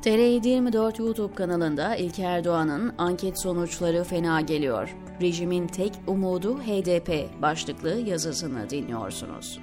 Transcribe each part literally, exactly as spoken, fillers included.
T R yedi yirmi dört YouTube kanalında İlker Erdoğan'ın anket sonuçları fena geliyor. Rejimin tek umudu H D P başlıklı yazısını dinliyorsunuz.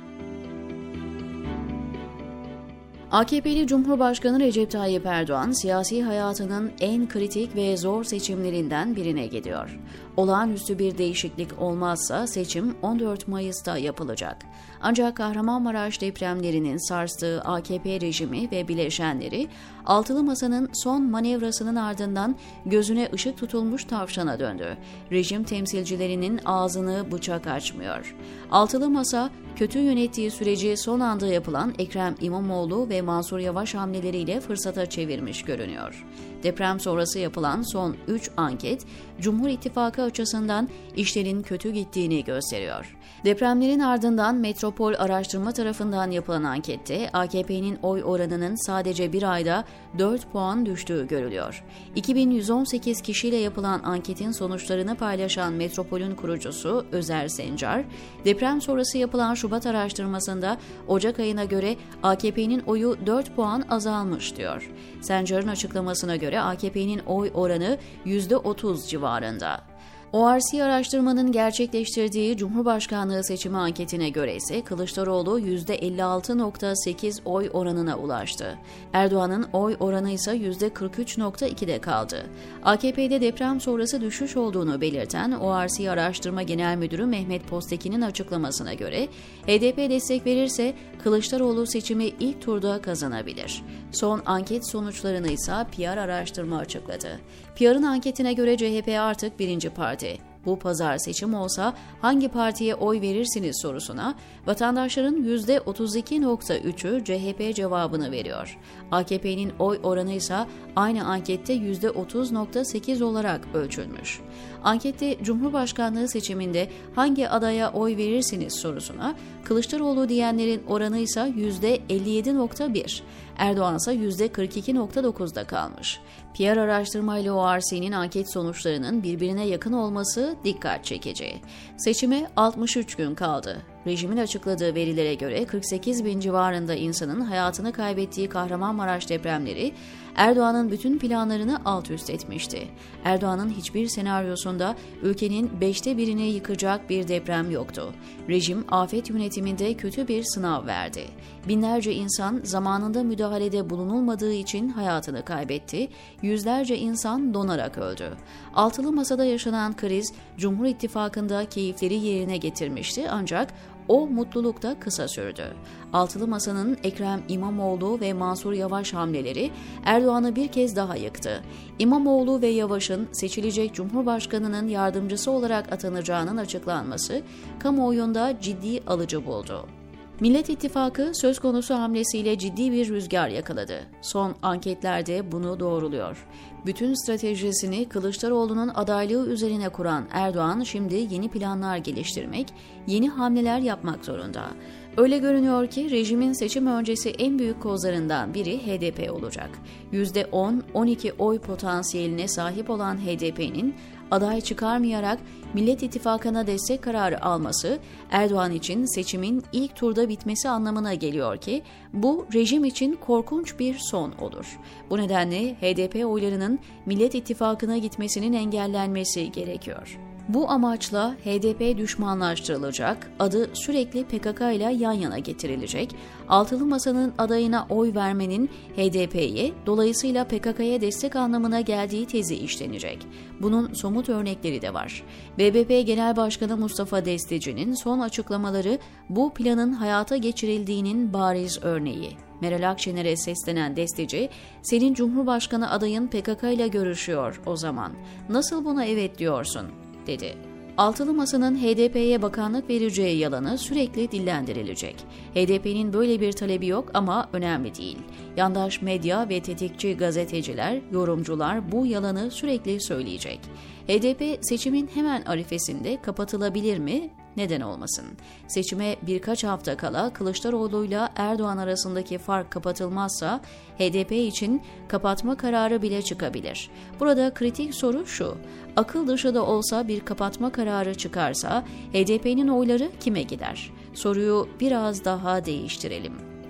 A K P'li Cumhurbaşkanı Recep Tayyip Erdoğan, siyasi hayatının en kritik ve zor seçimlerinden birine gidiyor. Olağanüstü bir değişiklik olmazsa seçim on dört Mayıs'ta yapılacak. Ancak Kahramanmaraş depremlerinin sarstığı A K P rejimi ve bileşenleri, Altılı Masa'nın son manevrasının ardından gözüne ışık tutulmuş tavşana döndü. Rejim temsilcilerinin ağzını bıçak açmıyor. Altılı Masa, kötü yönettiği süreci son anda yapılan Ekrem İmamoğlu ve Mansur Yavaş hamleleriyle fırsata çevirmiş görünüyor. Deprem sonrası yapılan son üç anket, Cumhur İttifakı açısından işlerin kötü gittiğini gösteriyor. Depremlerin ardından Metropol Araştırma tarafından yapılan ankette A K P'nin oy oranının sadece bir ayda dört puan düştüğü görülüyor. iki bin yüz on sekiz kişiyle yapılan anketin sonuçlarını paylaşan Metropol'ün kurucusu Özer Sencar, deprem sonrası yapılan Şubat araştırmasında Ocak ayına göre A K P'nin oyu dört puan azalmış diyor. Sencar'ın açıklamasına göre A K P'nin oy oranı yüzde otuz civarında. O R C araştırmanın gerçekleştirdiği Cumhurbaşkanlığı seçimi anketine göre ise Kılıçdaroğlu yüzde elli altı virgül sekiz oy oranına ulaştı. Erdoğan'ın oy oranı ise yüzde kırk üç virgül iki'de kaldı. A K P'de deprem sonrası düşüş olduğunu belirten O R C Araştırma Genel Müdürü Mehmet Postekin'in açıklamasına göre H D P destek verirse Kılıçdaroğlu seçimi ilk turda kazanabilir. Son anket sonuçlarını ise P R araştırma açıkladı. P R'ın anketine göre C H P artık birinci parti. Bu pazar seçim olsa hangi partiye oy verirsiniz sorusuna vatandaşların yüzde otuz iki virgül üç'ü C H P cevabını veriyor. A K P'nin oy oranı ise aynı ankette yüzde otuz virgül sekiz olarak ölçülmüş. Ankette Cumhurbaşkanlığı seçiminde hangi adaya oy verirsiniz sorusuna Kılıçdaroğlu diyenlerin oranı ise yüzde elli yedi virgül bir, Erdoğan ise yüzde kırk iki virgül dokuz'da kalmış. P R araştırmayla O R C'nin anket sonuçlarının birbirine yakın olması dikkat çekici. Seçime altmış üç gün kaldı. Rejimin açıkladığı verilere göre kırk sekiz bin civarında insanın hayatını kaybettiği Kahramanmaraş depremleri Erdoğan'ın bütün planlarını alt üst etmişti. Erdoğan'ın hiçbir senaryosunda ülkenin beşte birini yıkacak bir deprem yoktu. Rejim afet yönetiminde kötü bir sınav verdi. Binlerce insan zamanında müdahalede bulunulmadığı için hayatını kaybetti, yüzlerce insan donarak öldü. Altılı Masa'da yaşanan kriz Cumhur İttifakı'nda keyifleri yerine getirmişti ancak o mutluluk da kısa sürdü. Altılı Masa'nın Ekrem İmamoğlu ve Mansur Yavaş hamleleri Erdoğan'ı bir kez daha yıktı. İmamoğlu ve Yavaş'ın seçilecek Cumhurbaşkanı'nın yardımcısı olarak atanacağının açıklanması kamuoyunda ciddi alıcı buldu. Millet İttifakı söz konusu hamlesiyle ciddi bir rüzgar yakaladı. Son anketlerde bunu doğruluyor. Bütün stratejisini Kılıçdaroğlu'nun adaylığı üzerine kuran Erdoğan şimdi yeni planlar geliştirmek, yeni hamleler yapmak zorunda. Öyle görünüyor ki rejimin seçim öncesi en büyük kozlarından biri H D P olacak. yüzde on on iki oy potansiyeline sahip olan H D P'nin aday çıkarmayarak Millet İttifakı'na destek kararı alması Erdoğan için seçimin ilk turda bitmesi anlamına geliyor ki bu rejim için korkunç bir son olur. Bu nedenle H D P oylarının Millet İttifakı'na gitmesinin engellenmesi gerekiyor. Bu amaçla H D P düşmanlaştırılacak, adı sürekli P K K ile yan yana getirilecek, Altılı Masa'nın adayına oy vermenin H D P'ye, dolayısıyla P K K'ya destek anlamına geldiği tezi işlenecek. Bunun somut örnekleri de var. B B P Genel Başkanı Mustafa Desteci'nin son açıklamaları bu planın hayata geçirildiğinin bariz örneği. Meral Akşener'e seslenen Desteci, "Senin Cumhurbaşkanı adayın P K K ile görüşüyor o zaman. Nasıl buna evet diyorsun?" dedi. Altılı Masa'nın H D P'ye bakanlık vereceği yalanı sürekli dillendirilecek. H D P'nin böyle bir talebi yok ama önemli değil. Yandaş medya ve tetikçi gazeteciler, yorumcular bu yalanı sürekli söyleyecek. H D P seçimin hemen arifesinde kapatılabilir mi? Neden olmasın? Seçime birkaç hafta kala Kılıçdaroğlu'yla Erdoğan arasındaki fark kapatılmazsa H D P için kapatma kararı bile çıkabilir. Burada kritik soru şu: akıl dışı da olsa bir kapatma kararı çıkarsa H D P'nin oyları kime gider? Soruyu biraz daha değiştirelim.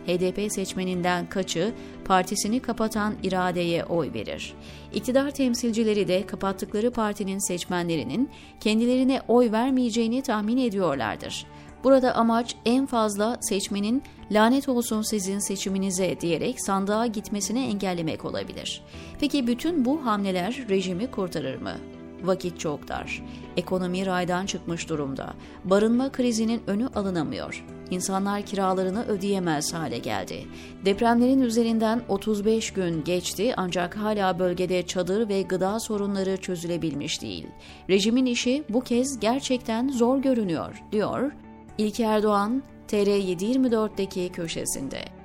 H D P seçmeninden kaçı partisini kapatan iradeye oy verir? İktidar temsilcileri de kapattıkları partinin seçmenlerinin kendilerine oy vermeyeceğini tahmin ediyorlardır. Burada amaç en fazla seçmenin lanet olsun sizin seçiminize diyerek sandığa gitmesini engellemek olabilir. Peki bütün bu hamleler rejimi kurtarır mı? Vakit çok dar. Ekonomi raydan çıkmış durumda. Barınma krizinin önü alınamıyor. İnsanlar kiralarını ödeyemez hale geldi. Depremlerin üzerinden otuz beş gün geçti ancak hala bölgede çadır ve gıda sorunları çözülebilmiş değil. Rejimin işi bu kez gerçekten zor görünüyor, diyor İlker Doğan, T R yedi yirmi dört'teki köşesinde.